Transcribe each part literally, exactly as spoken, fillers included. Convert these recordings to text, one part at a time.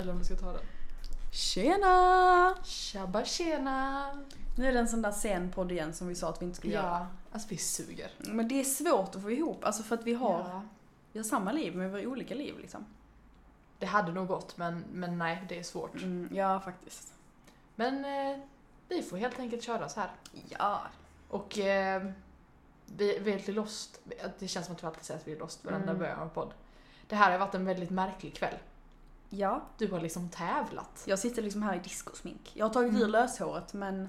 Eller om vi ska ta den. Tjena! Tjabba tjena! Nu är det en sån där sen podd igen som vi sa att vi inte skulle Ja, göra. alltså vi suger. Men det är svårt att få ihop, alltså för att vi har, Ja. vi har samma liv men vi har olika liv liksom. Det hade nog gått, men, men nej, det är svårt. Mm, ja, faktiskt. Men eh, vi får helt enkelt köra så här. Ja. Och eh, vi, vi är lite lost. Det känns som att vi alltid säger att vi är lost varenda Mm. början av podd. Det här har varit en väldigt märklig kväll. Ja. Du har liksom tävlat. Jag sitter liksom här i diskosmink. Jag har tagit Mm. ur löshåret men,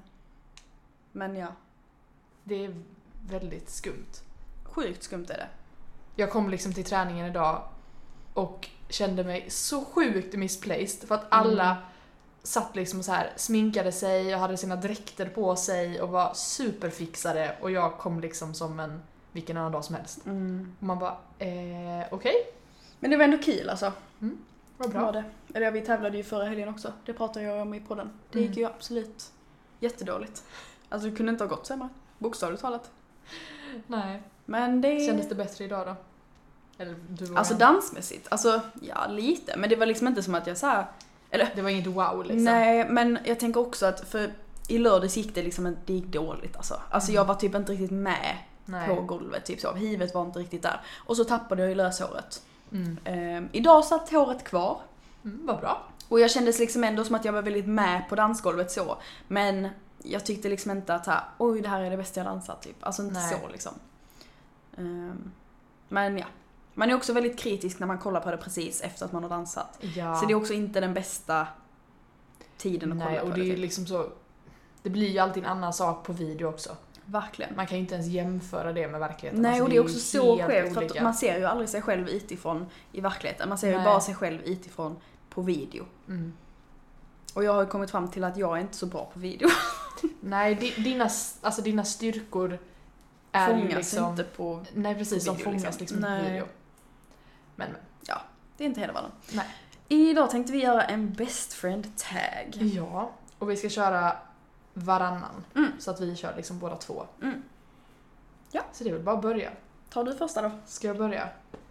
men ja. Det är väldigt skumt. Sjukt skumt är det. Jag kom liksom till träningen idag och kände mig så sjukt misplaced för att alla Mm. satt liksom så här, sminkade sig och hade sina dräkter på sig och var superfixade och jag kom liksom som en vilken annan dag som helst. Mm. Och man bara, eh, okej, okay. Men det var ändå kul alltså. Vad Bra. bra. Det. Eller vi tävlade ju förra helgen också. Det pratade jag om i podden. Det Mm. gick ju absolut jättedåligt. Alltså det kunde inte ha gått sämre. Bokstavligt talat. Nej. Men det... Kändes det bättre idag då? Eller du var Alltså en- dansmässigt. Alltså, ja lite. Men det var liksom inte som att jag så här. Eller, Det var inget wow liksom. nej, men jag tänker också att för i lördags gick det liksom, det gick dåligt alltså. Alltså Mm. jag var typ inte riktigt med Nej. på golvet typ så. Hivet var inte riktigt där. Och så tappade jag ju löshåret. Mm. Ehm, idag satt håret kvar. Mm, vad bra. Och jag kändes liksom ändå som att jag var väldigt med på dansgolvet så. Men jag tyckte liksom inte att här, oj det här är det bästa jag dansat typ. Alltså inte Nej. så liksom. Ehm, men ja. Man är också väldigt kritisk när man kollar på det precis efter att man har dansat. Ja. Så det är också inte den bästa tiden att Nej, kolla på och det. det är ju typ. liksom så. Det blir ju alltid en annan sak på video också. Verkligen. Man kan ju inte ens jämföra det med verkligheten. Nej, Alltså, och det är ju också så helt skevt för olika. att man ser ju aldrig sig själv utifrån i verkligheten. Man ser ju Nej. bara sig själv utifrån på video. Mm. Och jag har ju kommit fram till att jag är inte så bra på video. Nej, di- dina, alltså dina styrkor är ju Fångas liksom... inte på... Nej, precis. på De video, fångas liksom. liksom på Nej. video. Men, men. Det är inte hela världen. Nej. Idag tänkte vi göra en best friend tag. Ja. Och vi ska köra varannan. Mm. Så att vi kör liksom båda två. Mm. Ja. Så det är väl bara att börja. Tar du första då? Ska jag börja?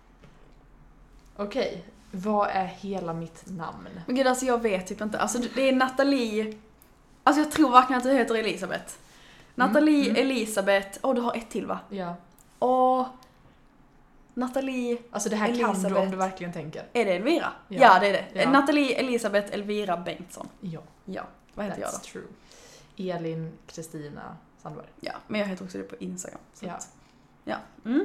Okej. Vad är hela mitt namn? Men gud, alltså jag vet typ inte. Alltså det är Nathalie... Alltså jag tror verkligen att du heter Elisabeth. Nathalie, mm. Elisabeth... Åh, du har ett till va? Ja. Åh... Nathalie... Alltså det här kan du Elisabeth. om du verkligen tänker. Är det Elvira? Ja. Ja, det är det. Ja. Nathalie, Elisabeth, Elvira Bengtsson. Ja. Ja, vad heter jag då? That's true. Elin Kristina Sandberg. Ja, men jag heter också det på Instagram. Så Ja. att, ja. Mm.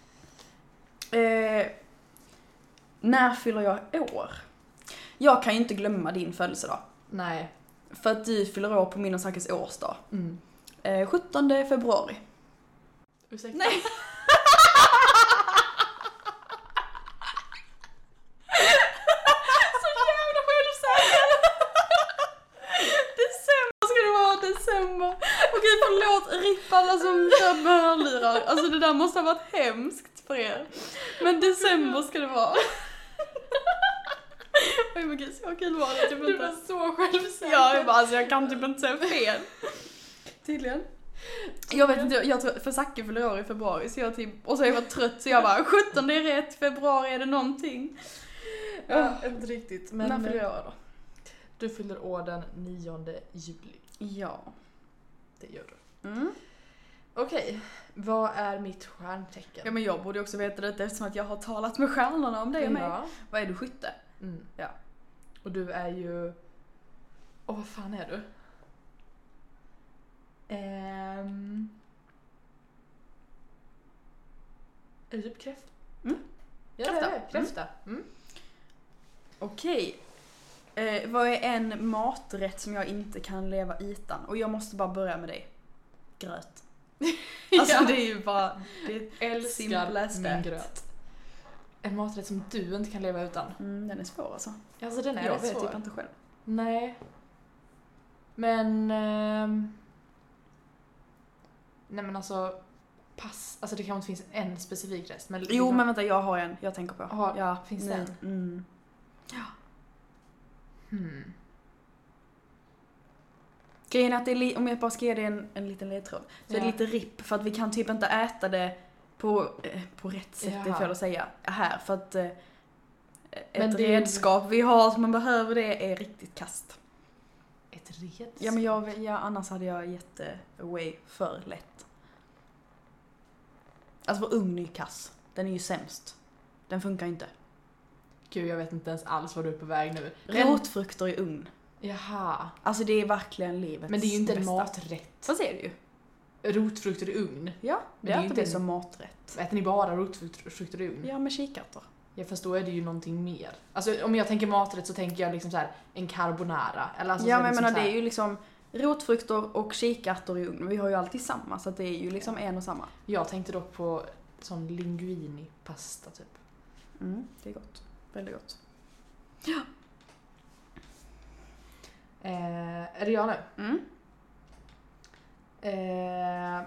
Eh, när fyller jag år? Jag kan ju inte glömma din födelsedag. Nej. För att du fyller år på min och Sackes årsdag. Mm. Eh, sjuttonde februari. Ursäkta? Nej. Så jävla självsäker. December ska det vara, december. Okej, förlåt, ripp alla som kör med hörlurar. Alltså det där måste ha varit hemskt för er. Men december ska det vara. Oj men gud, så kul var det typ Du inte. var så självsäker. Ja, jag bara, alltså jag kan typ inte säga fel. Tydligen. Jag vet inte, jag tror, för Zacke fyller år i februari så jag typ, och så har jag varit trött så jag bara, sjutton det är rätt, februari är det någonting. Ja, inte riktigt. Men När fyller jag år då? du fyller år den nionde juli. Ja. Det gör du. Mm. Okej, vad är mitt stjärntecken? Ja men jag borde också veta det eftersom att jag har talat med stjärnorna om det och mig. Ja. Vad är du, skytte? Mm. Ja. Och du är ju... Åh, vad fan är du? Ehm... Är du typ kräft? Mm. Ja, Kräfta. det är det. Kräfta. Mm. Okej. Eh, vad är en maträtt som jag inte kan leva utan? Och jag måste bara börja med dig. Gröt. Alltså Ja. det är ju bara... Det Älskar simplaste. min gröt. En maträtt som du inte kan leva utan. Mm, den är svår alltså. Alltså den är Jag rätt vet svår. typ inte själv. Nej. Men... ehm, nej men alltså... Pass. Alltså det kan inte finnas en specifik rest. Men Jo men vänta, jag har en. Jag tänker på. Har- ja, finns nej. det Mm. Hmm. Grejen är att det är li- om jag bara ska ge dig en, en liten ledtråd. Så är det Ja. lite ripp för att vi kan typ inte äta det på, eh, på rätt sätt, det Jaha. får jag säga, här. För att eh, Ett Men det- redskap vi har som man behöver det är riktigt kast. Ett redskap? Ja men jag, ja, annars hade jag gett away för lätt. Alltså vår ugn är ju kass. Den är ju sämst. Den funkar inte. Gud, jag vet inte ens alls vad du är på väg nu. Rotfrukter i ugn. Jaha. Alltså det är verkligen livets Men det är ju inte en bästa. maträtt. Vad säger du ju? Rotfrukter i ugn. Ja, Men det är ju inte det en- som maträtt. Äter ni bara rotfrukter i ugn? Ja, med kikärtor. Ja, fast då är det ju någonting mer. Alltså om jag tänker maträtt så tänker jag liksom så här en carbonara. Eller alltså Ja, så men jag liksom menar så här- det är ju liksom rotfrukter och kikärtor i ugn. Vi har ju alltid samma, så att det är ju liksom en och samma. Jag tänkte dock på sån linguini-pasta typ. Mm, det är gott. Väldigt gott. Eh, är det jag nu? Mm. Eh,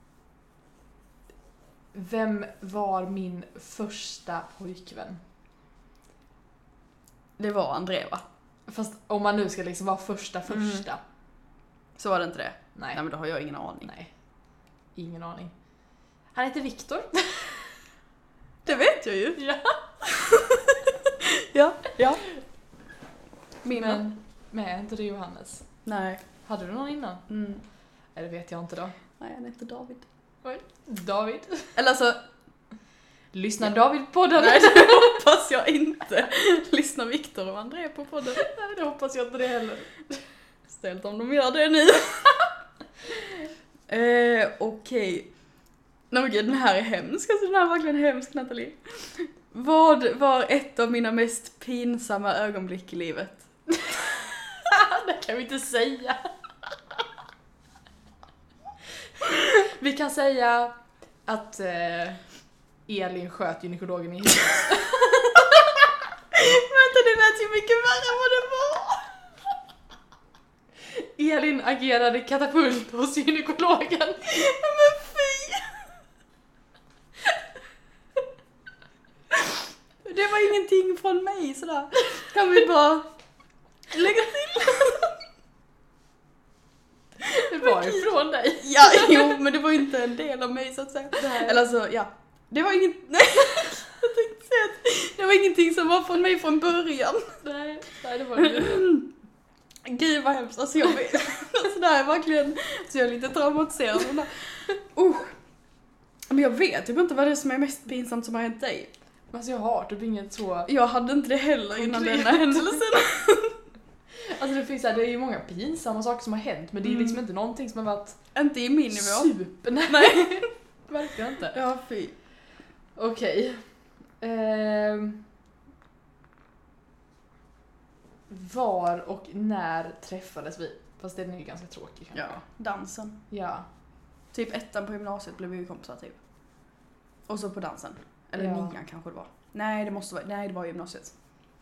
vem var min första pojkvän? Det var André, va? Fast om man nu ska liksom vara första Mm. första. Så var det inte det? Nej. Nej, men då har jag ingen aning. Nej. Ingen aning. Han heter Viktor. Det vet jag ju. Ja. Ja, ja. Min då? Men med inte det Johannes. Nej. Hade du någon innan? Mm. Nej, det vet jag inte då. Nej, han heter David. Oj. David. Eller alltså, Lyssnar David på den? nej det hoppas jag inte. Lyssnar Viktor och André på podden? Nej, det hoppas jag inte det heller. Ställt om de gör det nu. eh, Okej. Nej men gud, den här är hemsk. Alltså den här är verkligen hemsk, Nathalie. Vad var ett av mina mest pinsamma ögonblick i livet? Det kan vi inte säga. Vi kan säga att eh, Elin sköt gynekologen i huvudet. Vänta, det lät ju mycket värre än vad det var. Elin agerade katapult hos gynekologen. Men fy! Det var ingenting från mig sådär. Kan vi bara lägga till? Det var ju från dig. Ja, jo, men det var ju inte en del av mig så att säga. Nej. Eller alltså, ja. Det var inget... Nej, jag tänkte säga att det var ingenting som var från mig från början. Nej, nej det var det inte. Gud vad hemskt, alltså jag vet. Alltså det här är verkligen... Så jag är lite traumatiserad. Men, där. Uh. Men jag vet typ inte vad det är som är mest pinsamt som har hänt dig. Alltså jag har typ inget så... Jag hade inte det heller innan Konkret. denna händelsen. Alltså det finns så här, det är ju många pinsamma saker som har hänt, men det är Mm. liksom inte någonting som har varit Inte i min nivå. super... Nej, verkligen inte. Ja, fy. Okej. Ehm. Var och när träffades vi? Fast den är ju ganska tråkig kanske. Ja, dansen. Ja. Typ ettan på gymnasiet blev vi ju kompisar typ. Och så på dansen. Eller Ja. nian kanske det var. Nej, det måste vara, nej det var gymnasiet.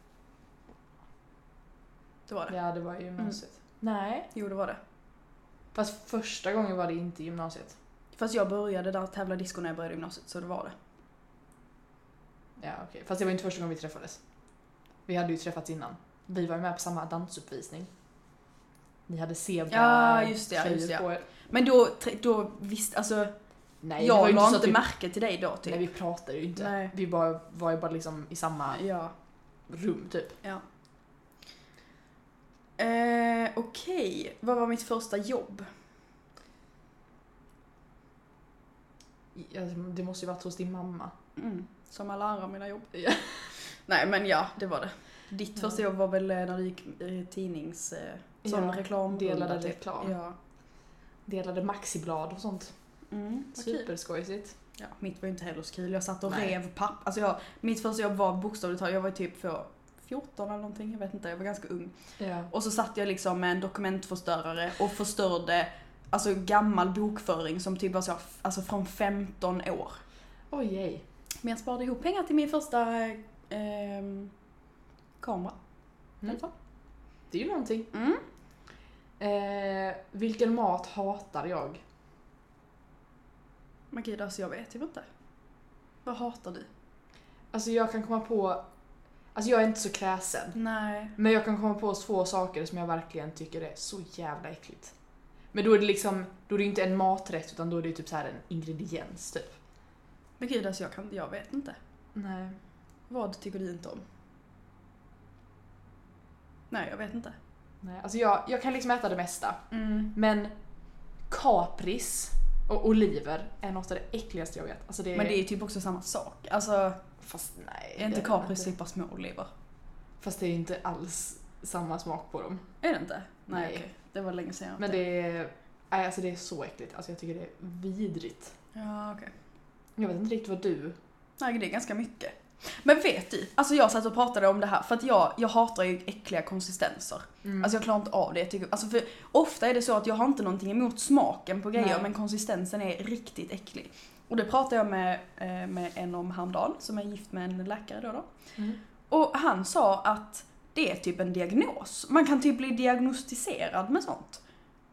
Det var det. Ja, det var i gymnasiet. Nej. Jo, det var det. Fast första gången var det inte i gymnasiet. Fast jag började där tävla disco när jag började gymnasiet, så det var det. Ja, okej. Fast det var inte första gången vi träffades. Vi hade ju träffats innan. Vi var ju med på samma dansuppvisning. Ni hade zebra Ja, just det, ja, tröjor just det, ja. på er. Men då, då visst, alltså Nej, det var jag ju la så att inte vi, märke till dig då typ. Nej, vi pratade ju inte. Nej. Vi bara, var ju bara liksom i samma Ja, rum typ. ja. Eh, Okej, vad var mitt första jobb? Ja, det måste ju varit hos din mamma. Mm, som alla andra mina jobb. Ja. Nej, men ja, det var det. Ditt Ja. första jobb var väl eh, när du gick eh, tidnings... Eh, sån Ja, reklam. delade typ. reklam. Ja. Delade maxiblad och sånt. Mm, vad kul. Superskojsigt. Ja, mitt var ju inte heller så kul. Jag satt och Nej. rev papp. Alltså jag, mitt första jobb var bokstavligt talat, jag var typ för fjorton eller någonting, jag vet inte, jag var ganska ung. Ja. Och så satt jag liksom med en dokumentförstörare och förstörde alltså gammal bokföring som typ var så, alltså från femton år. Oj, jej. Men jag sparade ihop pengar till min första eh, kamera. I Mm. alla fall. Det är ju någonting. Mm. Eh, vilken mat hatar jag? Men gud, alltså jag vet typ inte. Vad hatar du? Alltså jag kan komma på... Alltså jag är inte så kräsen. Nej. Men jag kan komma på två saker som jag verkligen tycker är så jävla äckligt. Men då är det liksom... Då är det inte en maträtt utan då är det typ så här en ingrediens typ. Men gud, alltså jag, kan, jag vet inte. Nej. Vad tycker du inte om? Nej, jag vet inte. Nej, alltså jag, jag kan liksom äta det mesta. Mm. Men kapris och oliver är något av det äckligaste jag vet. Alltså det är... Men det är typ också samma sak. Alltså, Fast nej. är inte det kapris inte. typ små oliver? Fast det är inte alls samma smak på dem. Är det inte? Nej, Nej. okej. Det var länge sedan. Men det är... Nej, alltså det är så äckligt. Alltså jag tycker det är vidrigt. Ja, okej. Jag vet inte riktigt vad du... Nej, det är ganska mycket. Men vet du, alltså jag satt och pratade om det här för att jag, jag hatar ju äckliga konsistenser. Mm. Alltså jag klarar inte av det. Jag tycker, alltså för ofta är det så att jag har inte någonting emot smaken på grejer, Nej. men konsistensen är riktigt äcklig. Och det pratade jag med, eh, med en om häromdagen som är gift med en läkare då. då. Mm. Och han sa att det är typ en diagnos. Man kan typ bli diagnostiserad med sånt.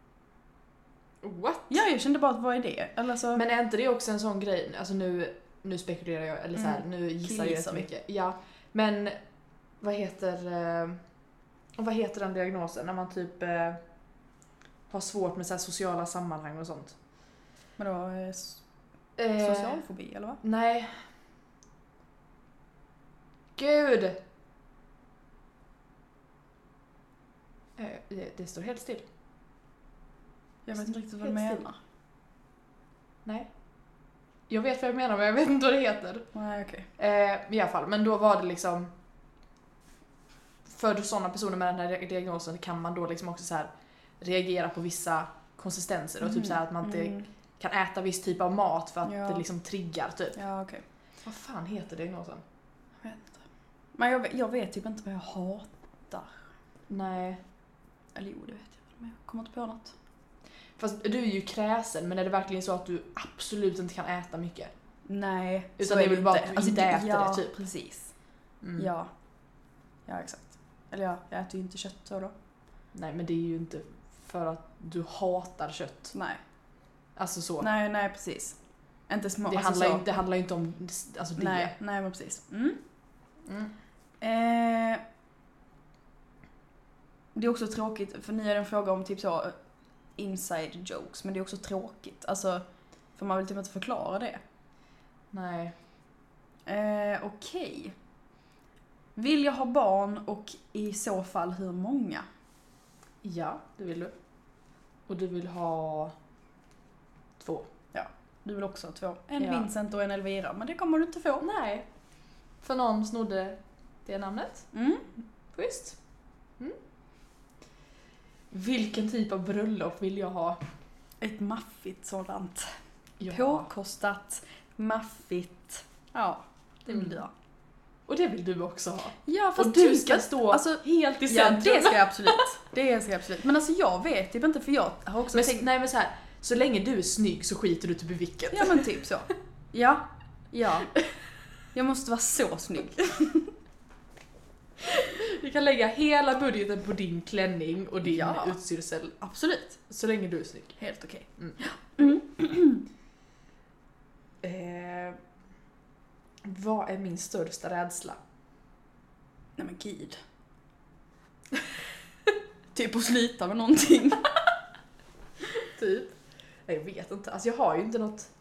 What? Ja, jag kände bara att vad är det? Eller så... Men är inte det också en sån grej, alltså nu, nu spekulerar jag, eller så här, Mm. nu gissar jag Killgissar vi. jättemycket. Ja, men vad heter, eh, vad heter den diagnosen när man typ eh, har svårt med så här sociala sammanhang och sånt? Men då, eh, s- Eh, social fobi eller vad? Nej. Gud! Eh, det, det står helt still. Jag vet inte riktigt vad du Helt still. menar. Nej. Jag vet vad jag menar men jag vet inte vad det heter. Nej, okej. Eh, I alla fall, men då var det liksom för sådana personer med den här diagnosen kan man då liksom också så här reagera på vissa konsistenser och typ så här att man inte Mm. kan äta viss typ av mat för att Ja. det liksom triggar typ. Ja, okej. Vad fan heter diagnosen? Jag vet inte. Men jag, vet- jag vet typ inte vad jag hatar. Nej. Eller jo, det vet jag. Men jag kommer inte på något. Fast du är ju kräsen, men är det verkligen så att du absolut inte kan äta mycket? Nej, Utan så det är är väl bara att du inte äter ja, det, typ. precis. Mm. Ja. Ja, exakt. Eller ja, jag äter ju inte kött så då. Nej, men det är ju inte för att du hatar kött. Nej. Alltså så. Nej, nej, precis. Inte små, det, alltså handlar så. ju, det handlar ju inte om alltså det. Nej, nej, men precis. Mm. Mm. Eh, det är också tråkigt, för ni är en fråga om typ så inside jokes, men det är också tråkigt. Alltså, för man vill typ inte förklara det. Nej. Eh, Okej. Vill jag ha barn och i så fall hur många? Ja, det vill du. Och du vill ha två. Du vill också ha två. En Ja. Vincent och en Elvira, men det kommer du inte få. Nej. För någon snodde det namnet. Mm. Schysst. Mm. Vilken typ av bröllop vill jag ha? Ett maffigt sådant. Ja. Påkostat, maffigt. Ja, det vill Mm. du ha. Och det vill du också ha. Ja, fast Och du typ ska att- stå alltså, helt i ja, centrum. det ska jag absolut. Det ska jag absolut. Men alltså jag vet typ inte, för jag har också Men, tänkt... nej men så här, så länge du är snygg så skiter du typ i vilket. Ja, men typ så. Ja, ja. Jag måste vara så snygg. Du kan lägga hela budgeten på din klänning och din Ja. utstyrsel. Absolut. Så länge du är snygg. Helt okej. Eh, vad är min största rädsla? Nej men gud. Typ att slita med någonting. Typ. Nej, jag vet inte. Alltså jag har ju inte något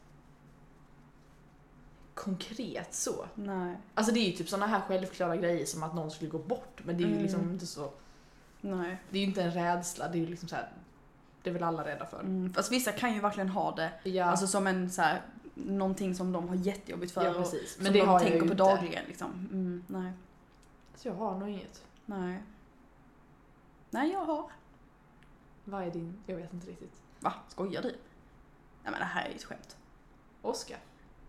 konkret så. Nej. Alltså det är ju typ såna här självklara grejer som att någon skulle gå bort. Men det är ju Mm. liksom inte så. Nej. Det är ju inte en rädsla. Det är ju liksom så här. Det är väl alla rädda för. Mm, fast vissa kan ju verkligen ha det. Ja, Alltså som en så här, någonting som de har jättejobbigt för. ja och precis. som Men det de har jag tänker ju på inte. dagligen liksom. Mm, nej. Så jag har nog inget. Nej. Nej, jag har. Vad är din? Jag vet inte riktigt. Va? Skojar du? Nej men det här är ju ett skämt. Oscar.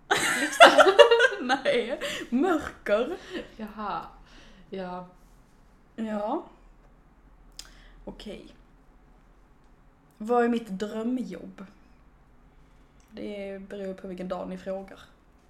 Nej. Mörker. Jaha. Ja. Ja. Okej. Vad är mitt drömjobb? Det beror på vilken dag ni frågar.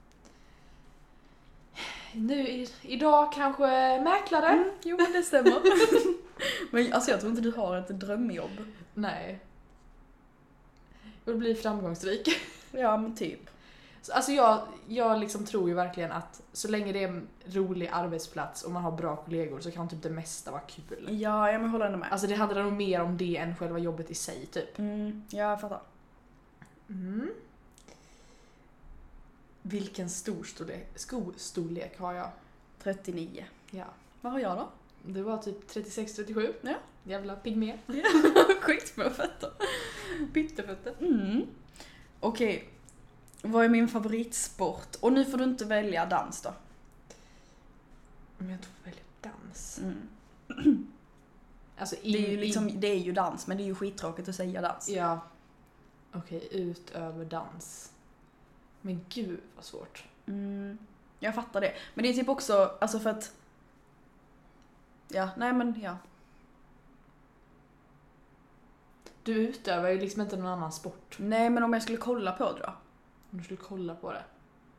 Nu i, idag kanske mäklare? Mm, jo, men det stämmer. Men alltså jag tror inte du har ett drömjobb. Nej. Jag vill bli framgångsrik. Ja, men typ. Så, alltså jag, jag liksom tror ju verkligen att så länge det är en rolig arbetsplats och man har bra kollegor så kan typ det mesta vara kul. Ja, jag håller ändå med. Alltså det handlar nog mer om det än själva jobbet i sig typ. Mm, ja, jag fattar. Mm. Vilken stor storlek, skostorlek har jag? trettionio. Ja. Vad har jag då? Det var typ trettiosex trettiosju. Ja. Jävla pygmé. Skitsmå fötter. Pyttefötter. Mm. Okej. Vad är min favoritsport? Och nu får du inte välja dans då. Om jag inte får välja dans. Mm. Alltså in, Det är ju liksom, in... det är ju dans, men det är ju skittråkigt att säga dans. Ja. Okej, utöver dans. Men gud vad svårt. Mm. Jag fattar det. Men det är typ också, alltså för att... Ja, nej men ja. Du utövar ju liksom inte någon annan sport. Nej, men om jag skulle kolla på det då? Om du skulle kolla på det.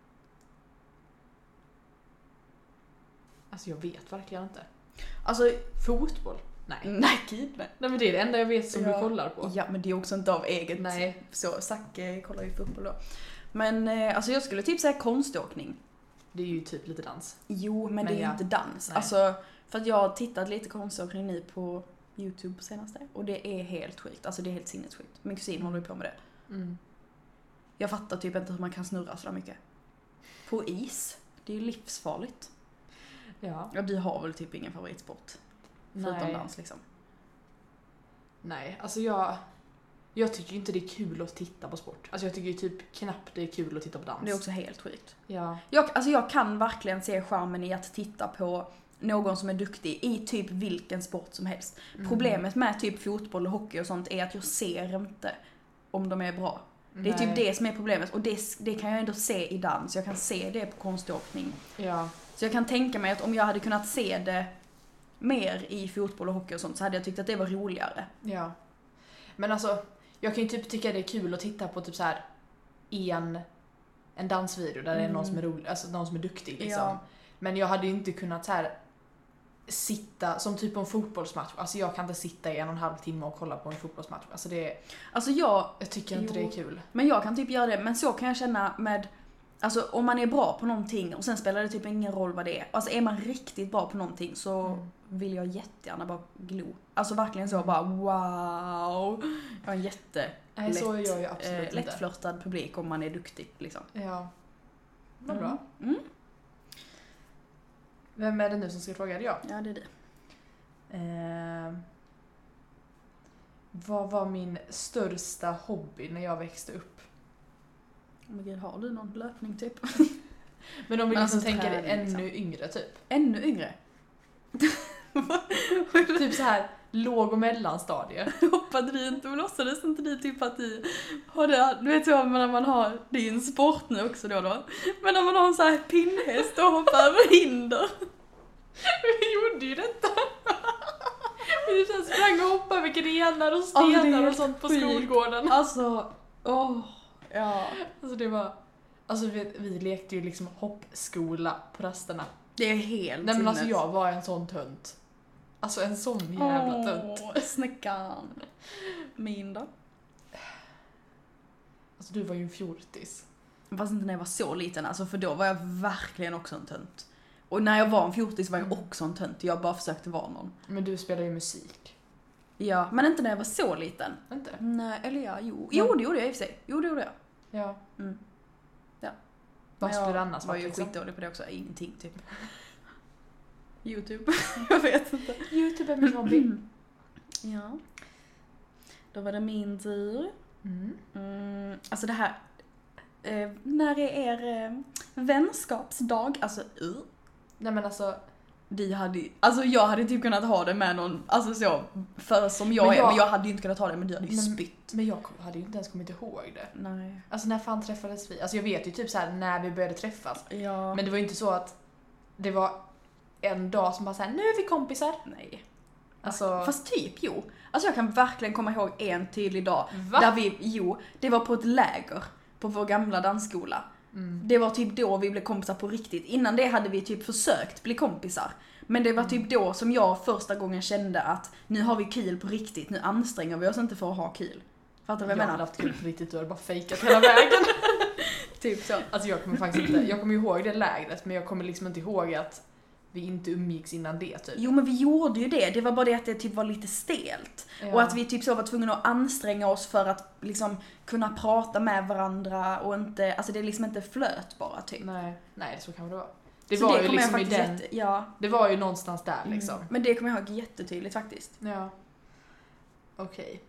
Alltså jag vet verkligen inte. Alltså, Fotboll? Nej. nej gud nej. Nej men det är det enda jag vet som Ja. du kollar på. Ja, men det är också inte av eget. Nej. Så, Zacke kollar ju fotboll då. Men eh, alltså jag skulle typ säga konståkning. Det är ju typ lite dans. Jo, men, Men det är ju ja. inte dans. Nej. Alltså, för att jag har tittat lite konståkning nu på YouTube på senaste. Och det är helt sjukt. Alltså det är helt sinnessjukt. Min kusin håller ju på med det. Mm. Jag fattar typ inte hur man kan snurra så mycket. På is. Det är ju livsfarligt. Ja. Ja, du har väl typ ingen favoritsport? Förutom Nej. dans liksom. Nej, alltså jag... Jag tycker inte det är kul att titta på sport. Alltså jag tycker ju typ knappt det är kul att titta på dans. Det är också helt sjukt. Ja. Jag, alltså jag kan verkligen se charmen i att titta på någon som är duktig i typ vilken sport som helst. Mm. Problemet med typ fotboll och hockey och sånt är att jag ser inte om de är bra. Det är Nej. typ det som är problemet. Och det, det kan jag ändå se i dans. Jag kan se det på konståkning. Ja. Så jag kan tänka mig att om jag hade kunnat se det mer i fotboll och hockey och sånt så hade jag tyckt att det var roligare. Ja. Men alltså, jag kan ju typ tycka det är kul att titta på typ så här en, en dansvideo där det är någon som är rolig, alltså någon som är duktig liksom. Ja. Men jag hade ju inte kunnat så här sitta som typ på en fotbollsmatch. Alltså jag kan inte sitta i en och en halv timme och kolla på en fotbollsmatch. Alltså det, Alltså jag, jag tycker inte Jo. det är kul. men jag kan typ göra det. Men så kan jag känna med, alltså om man är bra på någonting och sen spelar det typ ingen roll vad det är. Alltså är man riktigt bra på någonting så Mm. vill jag jättegärna bara glo. Alltså verkligen så bara wow. Jag har en jätte Nej, så lätt, gör jag absolut eh, inte. lättflörtad publik om man är duktig liksom. Ja. Vad bra. Mm. Vem är det nu som ska fråga? Är det jag? Ja, det är det. Eh, vad var min största hobby när jag växte upp? Oh my God, har du någon löpning typ? Men om vi Men liksom alltså tänker träning, ännu liksom. yngre typ. Ännu yngre? Typ så här låg- och mellanstadie. Hoppade du inte och låtsades inte du typ att du har det, du vet så när man har, det är ju en sport nu också då då, men när man har en sån här pinnhäst och hoppar över hinder. Vi gjorde ju detta. Vi så sprang och hoppade över grenar och Ja, det är stenar och helt sånt på sjukt. skolgården. Alltså, åh, ja. Alltså det var... Alltså vi, vi lekte ju liksom hoppskola på rasterna. Det är helt Nej men alltså sinnes. jag var en sån tönt. Alltså en sån jävla tönt. Åh, snäckan. Min då? Alltså du var ju en fjortis. Fast inte när jag var så liten, alltså för då var jag verkligen också en tönt. Och när jag var en fjortis var jag också en tönt, jag bara försökte vara någon. Men du spelar ju musik. Ja, men inte när jag var så liten. Inte? Nej, eller ja, jo. Jo, det gjorde jag i och för sig. Jo, det gjorde jag. Ja. Mm. Ja. Vad Men skulle jag det annars var varit ju liksom? skitdålig på det också, ingenting typ. YouTube, jag vet inte. YouTube är min hobby. Ja. Då var det min tur. Mm. Mm, alltså det här, eh, när är er eh, vänskapsdag? Alltså, uh. Nej men alltså, De hade, alltså jag hade typ kunnat ha det med någon, alltså så, för som jag, Men jag- är, men jag hade ju inte kunnat ha det, men du hade ju Men- spytt. men jag kom- hade ju inte ens kommit ihåg det. Nej. Alltså när fan träffades vi? Alltså jag vet ju typ så här när vi började träffas. Ja. Men det var ju inte så att det var en dag som bara såhär, nu är vi kompisar. Nej. Alltså, Fast typ, jo. Alltså jag kan verkligen komma ihåg en tydlig dag. va? Där vi, jo, det var på ett läger på vår gamla dansskola. Mm. Det var typ då vi blev kompisar på riktigt. Innan det hade vi typ försökt bli kompisar. Men det var typ då som jag första gången kände att nu har vi kul på riktigt, nu anstränger vi oss inte för att ha kul. Fattar du vad Jag jag hade menar? haft kul på riktigt, du hade bara fejkat hela vägen. Typ så. Alltså jag kommer faktiskt inte, jag kommer ju ihåg det lägret men jag kommer liksom inte ihåg att vi inte umgicks innan det typ. Jo men vi gjorde ju det, det var bara det att det typ var lite stelt. Ja. Och att vi typ så var tvungna att anstränga oss för att liksom kunna prata med varandra och inte, alltså det liksom inte flöt bara typ. Nej, nej så kan det vara. Det Så var det ju kommer jag liksom i faktiskt den, jätte, ja. det var ju någonstans där liksom. Mm. Men det kommer jag ihåg jättetydligt faktiskt. Ja. Okej.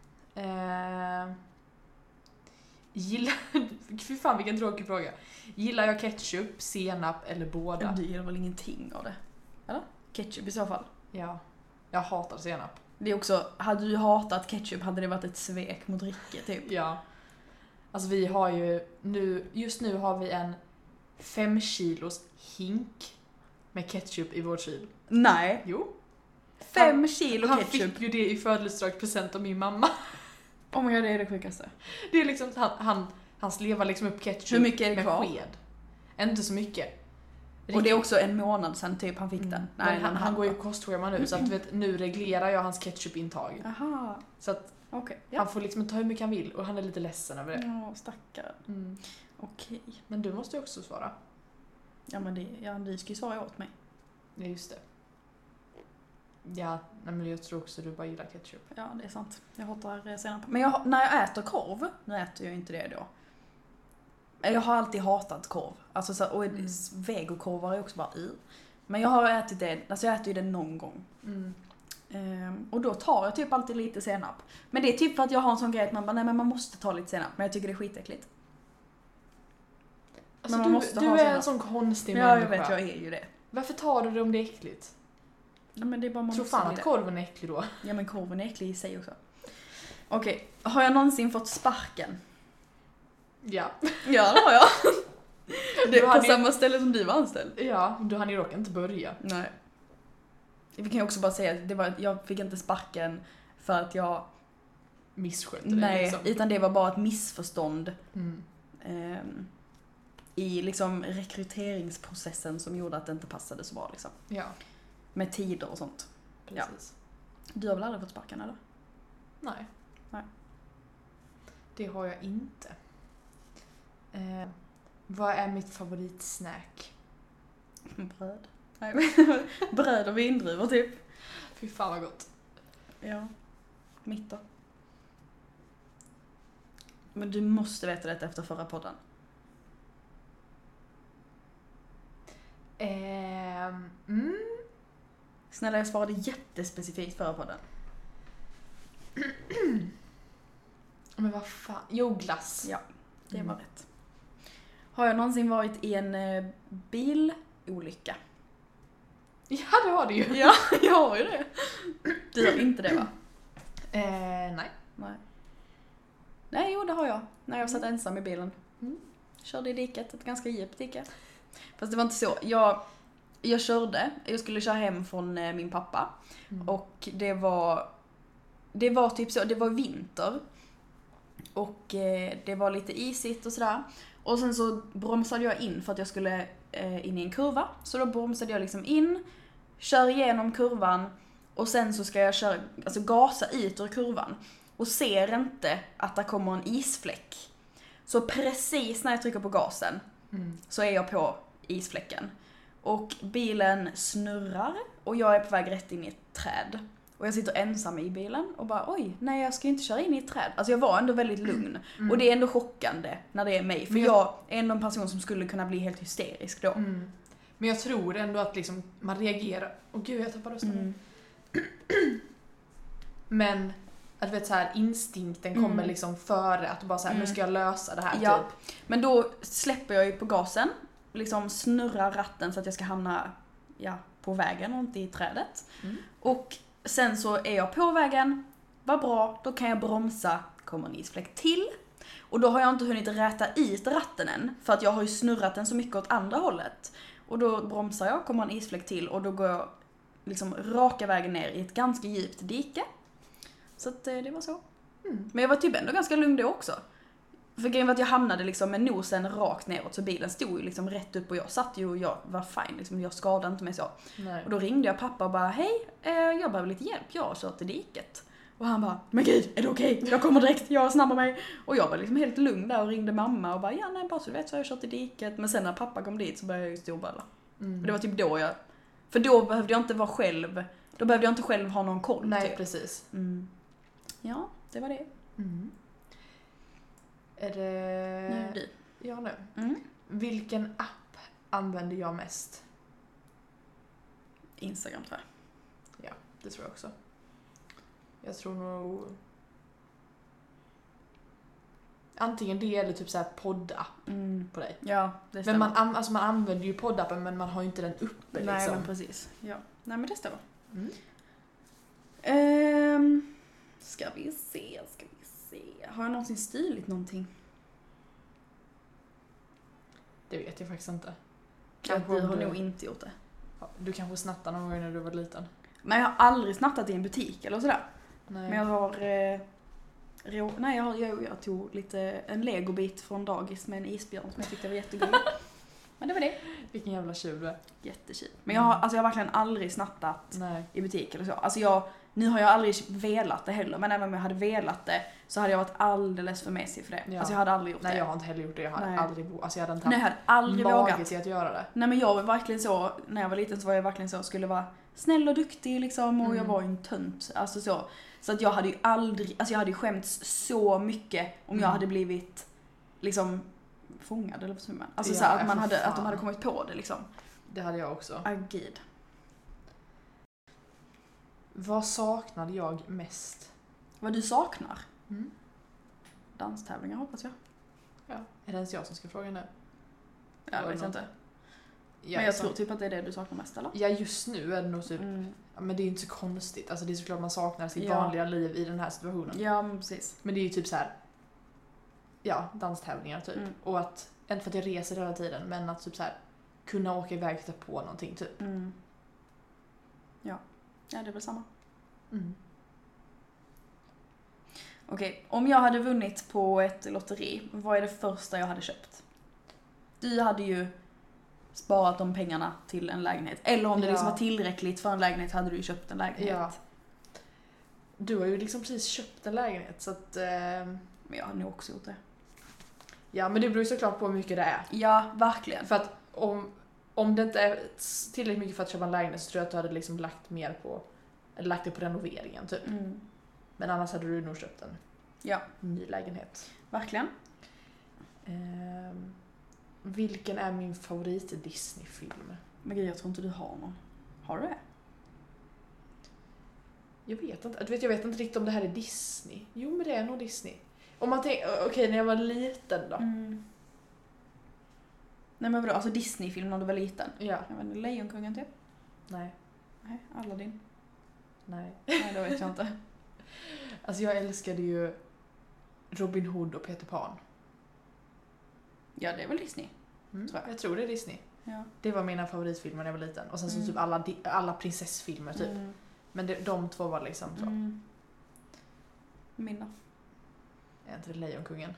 Eh, gillar... Fy fan vilken tråkig fråga. Gillar jag ketchup, senap eller båda? Du gillar väl ingenting av det? Eller? Ketchup i så fall. Ja. Jag hatar senap. Det är också, hade du hatat ketchup hade det varit ett svek mot Ricke typ. Ja. Alltså vi har ju nu, just nu har vi en fem kilos hink med ketchup i vår kyl. Nej. Jo. Fem Han- kilo Han ketchup. fick ju det i födelsedagspresent av min mamma. Oh my god, det är det sjukaste. Det är liksom, han, han, han slevar liksom upp ketchup Hur mycket är det med kvar? sked. Inte så mycket. Och det är också en månad sedan typ han fick den. Mm. Nej, Men han, han går ju kostschema nu så att du vet, nu reglerar jag hans ketchupintag. Aha, Så att okej. Ja. han får liksom ta hur mycket han vill och han är lite ledsen över det. Ja, stackare. Mm. Okej. Men du måste ju också svara. Ja men det, ja, du ska ju svara åt mig. Ja, just det. Ja, nej, men jag tror också du bara gillar ketchup. Ja, det är sant. Jag hatar eh, senap. Men jag, när jag äter korv, nu äter jag inte det då. Jag har alltid hatat korv. Alltså så, och Mm. vegokorvar är också bara i. Men jag har ätit det, alltså jag äter ju det någon gång. Mm. Ehm, och då tar jag typ alltid lite senap. Men det är typ för att jag har en sån grej att man bara, nej men man måste ta lite senap. Men jag tycker det är skitäckligt. Alltså, Men man du måste du ha är senap. en sån konstig Ja, människa. jag vet, jag är ju det. Varför tar du det om det är äckligt? Ja, men det är bara man Tror måste fan bli att det. korven är äcklig då. Ja men korven är äcklig i sig också. Okej, har jag någonsin fått sparken? Ja. Ja det har jag. Det Du är på hade ju- samma ställe som du var anställd. Ja, du hann ju dock inte börja. Nej. Vi kan ju också bara säga att det var, jag fick inte sparken för att jag, Misskötte det nej, liksom. utan det var bara ett missförstånd Mm. ehm, i liksom rekryteringsprocessen som gjorde att det inte passade så bra liksom. Ja, Med tider och sånt. precis. Du har väl aldrig fått sparken eller? Nej. Nej. Det har jag inte. Eh, vad är mitt favoritsnack? Bröd. Nej, bröd och vindruvor typ. Fy fan vad gott. Ja. Mitt då. Men du måste veta detta efter förra podden. Ehm, mm. Snälla, jag svarade jättespecifikt förra podden. Men vad fan. Jo, glass. Ja, det var Mm. rätt. Har jag någonsin varit i en eh, bilolycka? Ja, det har det ju. Ja, jag har ju det. Du har inte det va? Eh, nej. Nej. Nej, jo det har jag. När jag satt ensam i bilen. Mm. Körde i diket, ett ganska djupt dike. Fast det var inte så. Jag, jag körde, jag skulle köra hem från eh, min pappa. Mm. Och det var, det var typ så, det var vinter. Och eh, det var lite isigt och sådär. Och sen så bromsade jag in för att jag skulle eh, in i en kurva. Så då bromsade jag liksom in, kör igenom kurvan och sen så ska jag köra, alltså gasa ut ur kurvan. Och ser inte att det kommer en isfläck. Så precis när jag trycker på gasen Mm. så är jag på isfläcken. Och bilen snurrar och jag är på väg rätt in i ett träd. Och jag sitter ensam i bilen och bara oj, nej jag ska ju inte köra in i ett träd. Alltså jag var ändå väldigt lugn. Mm. Och det är ändå chockande när det är mig. För Men jag, jag- är ändå en person som skulle kunna bli helt hysterisk då. Mm. Men jag tror ändå att liksom man reagerar. Åh gud, jag tappade rösten. Mm. Men att vet så här instinkten kommer Mm. liksom före att du bara så här, Mm. nu ska jag lösa det här Ja. typ. Men då släpper jag ju på gasen. Liksom snurrar ratten så att jag ska hamna ja, på vägen och inte i trädet. Mm. Och sen så är jag på vägen. Vad bra, då kan jag bromsa. Kommer en isfläck till. Och då har jag inte hunnit räta ut ratten än. För att jag har ju snurrat den så mycket åt andra hållet. Och då bromsar jag, kommer en isfläck till. Och då går jag liksom raka vägen ner i ett ganska djupt dike. Så att eh, det var så. Mm. Men jag var typ ändå ganska lugn då också. För grejen var att jag hamnade liksom med nosen rakt neråt. Så bilen stod ju liksom rätt upp och jag satt ju och jag var fine. Liksom, jag skadade inte mig så. Nej. Och då ringde jag pappa och bara, hej, eh, jag behöver lite hjälp, jag har kört i diket. Och han bara, men gud, är det okej? Jag kommer direkt, jag snabbar mig. Och jag var liksom helt lugn där och ringde mamma och bara, ja nej, bara så du vet så har jag kört i diket. Men sen när pappa kom dit så började jag ju storböla. Mm. Och det var typ då jag, för då behövde jag inte vara själv, då behövde jag inte själv ha någon koll. Nej, typ. precis. Mm. Ja, det var det. Mm. Är det... Nu är det du. Ja, nu. Mm. Vilken app använder jag mest? Instagram tror jag. Ja, det tror jag också. Jag tror nog... Antingen det eller typ så här poddapp Mm. på dig. Ja, det stämmer. Men man, alltså man använder ju poddappen men man har ju inte den uppe Nej, liksom. men precis. Ja. Nej, men det stämmer. Mm. Ehm, ska vi se, ska vi se. Har jag någonsin stilit någonting? Det vet jag faktiskt inte. Kanske du om har du, nog inte gjort det. du kanske snattade någon gång när du var liten. Men jag har aldrig snattat i en butik eller sådär. Nej. Men jag har... Eh, rå, nej, jag, har, jag, jag tog lite en legobit från dagis med en isbjörn som jag tyckte var jättegullig. Men det var det. Vilken jävla tjuv du är. Jättetjuv. Men jag har, alltså jag har verkligen aldrig snattat Nej. i butik eller så. Alltså jag, nu har jag aldrig velat det heller, men även om jag hade velat det så hade jag varit alldeles för mesig för det. Ja. Alltså jag hade aldrig gjort Nej, det. jag har inte heller gjort det. Jag hade Nej. aldrig... Alltså jag hade inte Nej, jag hade aldrig mage vågat. till att göra det. Nej, men jag var verkligen så, när jag var liten så var jag verkligen så, skulle vara snäll och duktig liksom, och Mm. jag var ju en tönt. Alltså så. Så att jag hade ju aldrig, alltså jag hade ju skämts så mycket om Mm. jag hade blivit liksom fångad eller vad säger man? Alltså Ja, så att, för man hade, fan. att de hade kommit på det liksom. Det hade jag också. Ah, gud. Vad saknade jag mest? Vad du saknar? Mm. Danstävlingar hoppas jag. Ja. Är det ens jag som ska fråga nu? Ja, Var vet det jag inte. Ja, Men jag så- tror typ att det är det du saknar mest, eller? Ja, just nu är det nog typ... Mm. Ja, men det är ju inte så konstigt. Alltså det är såklart man saknar sitt Ja. vanliga liv i den här situationen. Ja, men precis. Men det är ju typ så här. Ja, danstävlingar typ. Mm. Och att, inte för att jag reser hela tiden, men att typ så här kunna åka iväg och titta på någonting typ. Mm. Ja. Ja, det är väl samma. Mm. Okej, om jag hade vunnit på ett lotteri, vad är det första jag hade köpt? Du hade ju sparat de pengarna till en lägenhet. Eller om det Ja. liksom var tillräckligt för en lägenhet hade du ju köpt en lägenhet. Ja. Du har ju liksom precis köpt en lägenhet så att... ehm, Men jag hade nog också gjort det. ja, men det beror ju såklart på hur mycket det är. Ja, verkligen. För att om, om det inte är tillräckligt mycket för att köpa en lägenhet så tror jag att du hade liksom lagt mer på... Eller lagt det på renoveringen typ. Mm. Men annars hade du nog köpt en Ja, ny lägenhet. verkligen. Ehm, vilken är min favorit Disney-film? Men gud, jag tror inte du har någon. Har du det? Jag vet inte. Du vet, jag vet inte riktigt om det här är Disney. Jo, men det är nog Disney. Om man tänker, okej, okay, när jag var liten då. Mm. Nej men vadå, alltså Disney-film när du var liten? Ja. Jag vet inte, Lejonkungen typ? Nej. Nej, Aladdin? Nej. Nej, det vet jag inte. Alltså jag älskade ju Robin Hood och Peter Pan. Ja, det är väl Disney? Mm. Tror jag. jag tror det är Disney. Ja. Det var mina favoritfilmer när jag var liten. Och sen så Mm. typ alla, di- alla prinsessfilmer typ. Mm. Men det, de två var liksom så. Mm. Mina. Är inte det Lejonkungen?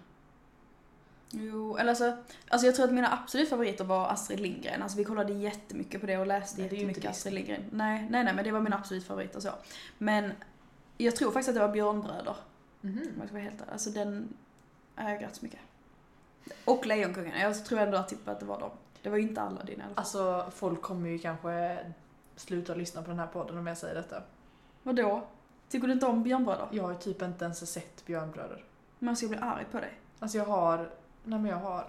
Jo, eller alltså, alltså jag tror att mina absolut favoriter var Astrid Lindgren. Alltså vi kollade jättemycket på det och läste Nej, det är ju jättemycket inte Astrid Lindgren. Nej, nej, nej, men det var mina absolut favoriter så. Men jag tror faktiskt att det var Björnbröder. Mhm. Om jag ska vara helt ärlig. Alltså den har jag grätt mycket. Och Lejonkungen. Jag tror ändå att, typ att det var dem. Det var ju inte alla dina i alla fall. Alltså folk kommer ju kanske sluta lyssna på den här podden om jag säger detta. Vadå? Tycker du inte om Björnbröder? Jag har ju typ inte ens sett Björnbröder. Men alltså jag blir arg på dig. Alltså jag har, nej men jag har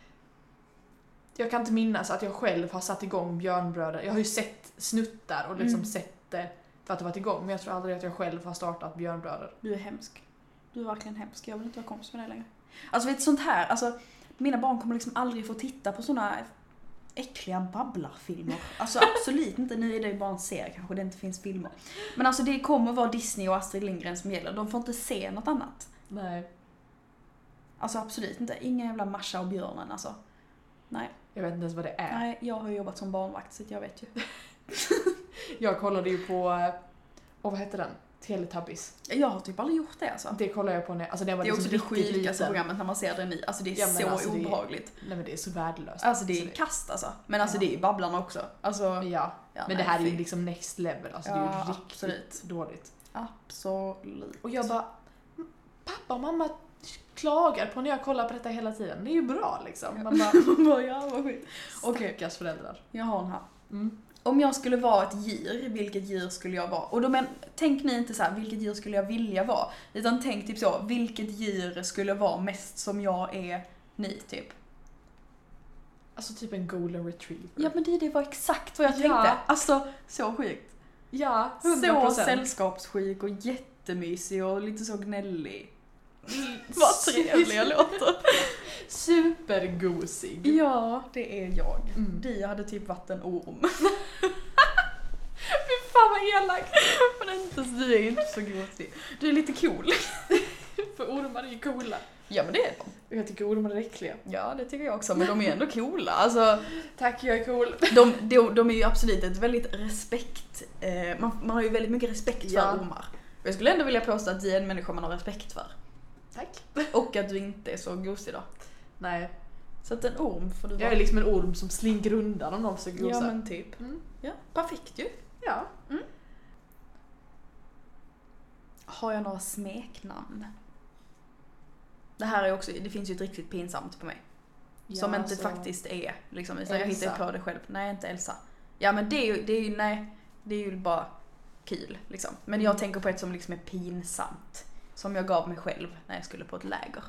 jag kan inte minnas att jag själv har satt igång Björnbröder. Jag har ju sett snuttar och liksom Mm. sett det för att det varit igång. Men jag tror aldrig att jag själv har startat Björnbröder. Du är hemsk. Du är verkligen hemsk. Jag vill inte vara kompis med dig längre. Alltså vet du, sånt här, alltså mina barn kommer liksom aldrig få titta på såna äckliga babblarfilmer. Alltså absolut inte. Nu är det ju bara en serie kanske det inte finns filmer. Men alltså det kommer vara Disney och Astrid Lindgren som gäller. De får inte se något annat. Nej. Alltså absolut inte. Ingen jävla Marsha och björnen alltså. Nej. Jag vet inte ens vad det är. Nej, jag har jobbat som barnvakt så jag vet ju. Jag kollade ju på, och vad hette den? Teletubbies. Jag har typ aldrig gjort det alltså. Det kollade jag på när, alltså det var Det är liksom också det riktigt sjukaste liten. programmet när man ser det ny. Alltså det är Ja, men så alltså, det är- obehagligt. Nej men det är så värdelöst. Alltså det är Så kast alltså. Men alltså Ja. det är ju Babblarna också. Alltså, Ja, ja, men nej, det här är ju fy. liksom next level. Alltså det är Ja, ju riktigt absolut. dåligt. Absolut. Och jag bara, pappa och mamma klagar på när jag kollar på detta hela tiden. Det är ju bra liksom. Man bara, bara, ja, vad skit. Okej. stackars föräldrar. Jag har den här. Mm. Om jag skulle vara ett djur, vilket djur skulle jag vara? Och då men, tänk ni inte så här, vilket djur skulle jag vilja vara? Utan tänk typ så, vilket djur skulle vara mest som jag är ni typ? Alltså typ en golden retriever. Ja men det, det var exakt vad jag Ja. tänkte. Alltså så sjukt. Ja, Så hundra procent. sällskapsskik och jättemysig och lite så gnällig. Vad trevlig jag låter. Supergosig. Ja, det är jag. Mm. Du hade typ varit en orm. Fy fan vad elakt. Men inte, du är inte så gosig. Du är lite cool. För ormar är ju coola. Ja men det är de. Jag tycker ormar är äckliga. Ja det tycker jag också, men de är ändå coola. Alltså, Tack, jag är cool. de, de, de är ju absolut ett väldigt respekt, eh, man, man har ju väldigt mycket respekt för Ja. ormar. Och jag skulle ändå vilja påstå att du är en människa man har respekt för. Tack. Och att du inte är så gosig då. Nej. Så att en orm får du vara. Jag är liksom en orm som slinker undan om någon så gosa. Ja men typ. Mm. Ja, perfekt ju. Ja. Har jag några smeknamn? Det här är också, det finns ju ett riktigt pinsamt på mig. Som Ja, inte så- faktiskt är, liksom, utan jag Elsa. hittar på det själv. Nej, inte Elsa. Ja men det är ju, det är ju, nej, det är ju bara kul liksom. Men jag Mm. tänker på ett som liksom är pinsamt. Som jag gav mig själv när jag skulle på ett läger.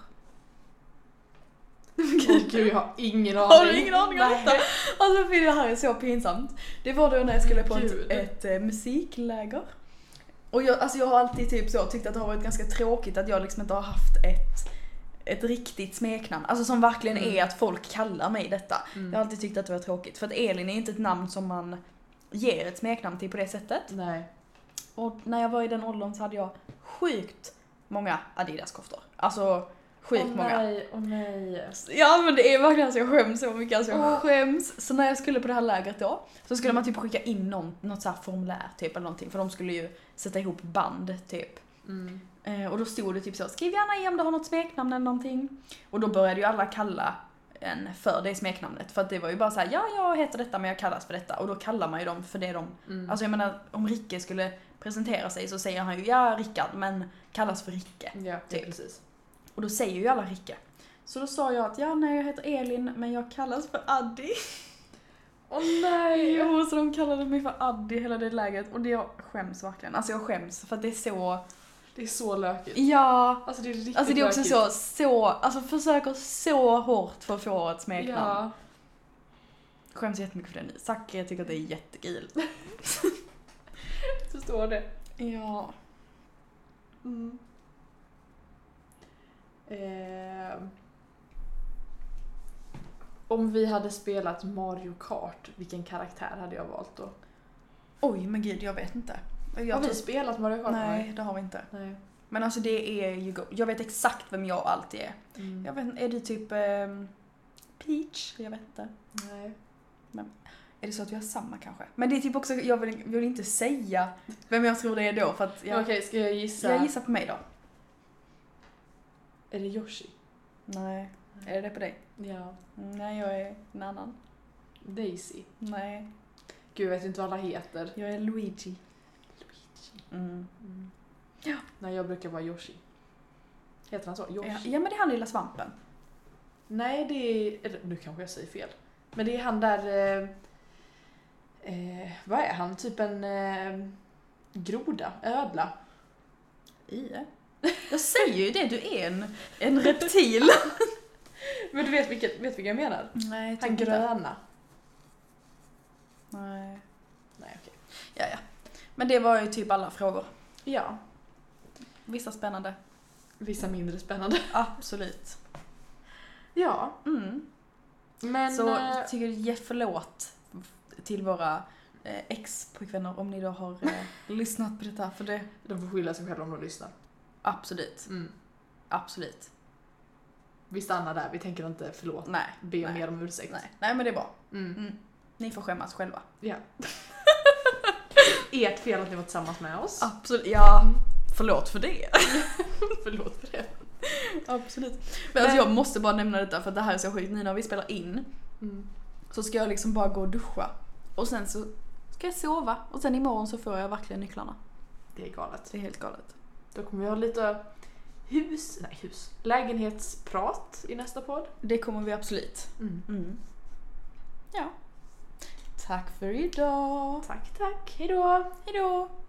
Åh gud, jag har ingen aning. Har du ingen aning om Nej. detta? Alltså för det här är så pinsamt. Det var då när jag skulle på Gud. ett, ett eh, musikläger. Och jag, alltså jag har alltid typ så tyckt att det har varit ganska tråkigt att jag liksom inte har haft ett, ett riktigt smeknamn. Alltså som verkligen Mm. är att folk kallar mig detta. Mm. Jag har alltid tyckt att det var tråkigt. För att Elin är inte ett namn som man ger ett smeknamn till på det sättet. Nej. Och när jag var i den åldern så hade jag sjukt många Adidas-koftor. Alltså sjukt Åh många. nej, åh nej. Ja men det är verkligen så jag skäms så mycket, alltså jag Åh. skäms. Så när jag skulle på det här lägret då, så skulle man typ skicka in någon, något så här formulär typ eller någonting, för de skulle ju sätta ihop band typ. Mm. Eh, och då stod det typ så, skriv gärna i om du har något smeknamn eller någonting. Och då började ju alla kalla en för det smeknamnet, för att det var ju bara så här: ja jag heter detta men jag kallas för detta. Och då kallar man ju dem för det de, Mm. alltså jag menar om Ricke skulle presentera sig så säger han ju ja Rickard men kallas för Ricke. Ja, typ. precis. Och då säger ju alla Ricke. Så då sa jag att ja, nej jag heter Elin men jag kallas för Addi. Åh nej. Jo, så de kallade mig för Addi hela det läget. Och det jag skäms verkligen. Alltså jag skäms för att det är så... Det är så lökigt. Ja, Alltså det är riktigt alltså det är också lökigt. så, så, alltså försöker så hårt för att få ett smeknamn. Ja. Skäms jättemycket för det nu. Zacke tycker att det är jättekul. Förstår det. Ja. Mm. Eh, om vi hade spelat Mario Kart, vilken karaktär hade jag valt då? Oj, men gud, jag vet inte. Jag har vi tror- spelat Mario Kart? Nej, det har vi inte. Nej. Men alltså det är ju... go- Jag vet exakt vem jag alltid är. Mm. Jag vet inte, är det typ ehm, Peach? Jag vet inte. Nej. Är det så att vi har samma kanske? Men det är typ också, jag vill, vill inte säga vem jag tror det är då för att jag, Okej, ska jag gissa? jag gissar på mig då. Är det Yoshi? Nej. Är det det på dig? Ja. Nej, jag är en annan. Daisy? Nej. Gud, jag vet inte vad alla heter. Jag är Luigi. Luigi. Mm. Mm. Ja. Nej, jag brukar vara Yoshi. Heter han så? Yoshi? Ja, ja, men det är han lilla svampen. Nej, det är... Eller, nu kanske jag säger fel. Men det är han där... Eh, eh, vad är han? Typ en eh, groda? Ödla? I. Jag säger ju det, du är en, en reptil. Men du vet vilket, vet vilka jag menar? Nej, Han gröna. Nej. Nej, okej. Ja, ja. Men det var ju typ alla frågor. Ja, Vissa spännande. vissa mindre spännande. Absolut. Ja, Mm. men... Så eh, jag tycker ge förlåt till våra eh, ex-pojkvänner om ni då har eh, lyssnat på detta. För det, de får skylla sig själva om de lyssnar. absolut, Mm. absolut. Vi stannar där, vi tänker inte förlåt. Nej, Be nej, mer om ursäkt. nej. Nej, men det är bra. Mm. Mm. Ni får skämmas själva. Ja. Ert fel att ni var tillsammans med oss. Absolut, ja. Mm. Förlåt för det. Förlåt för det. Absolut. Men alltså jag måste bara nämna detta för att det här är så sjukt. Nu när vi spelar in Mm. så ska jag liksom bara gå och duscha. Och sen så ska jag sova. Och sen imorgon så får jag verkligen nycklarna. Det är galet. Det är helt galet. Då kommer vi ha lite hus, nej hus, lägenhetsprat i nästa podd. Det kommer vi absolut. Mm. Mm. Ja. Tack för idag. Tack, tack. Hejdå! Hejdå.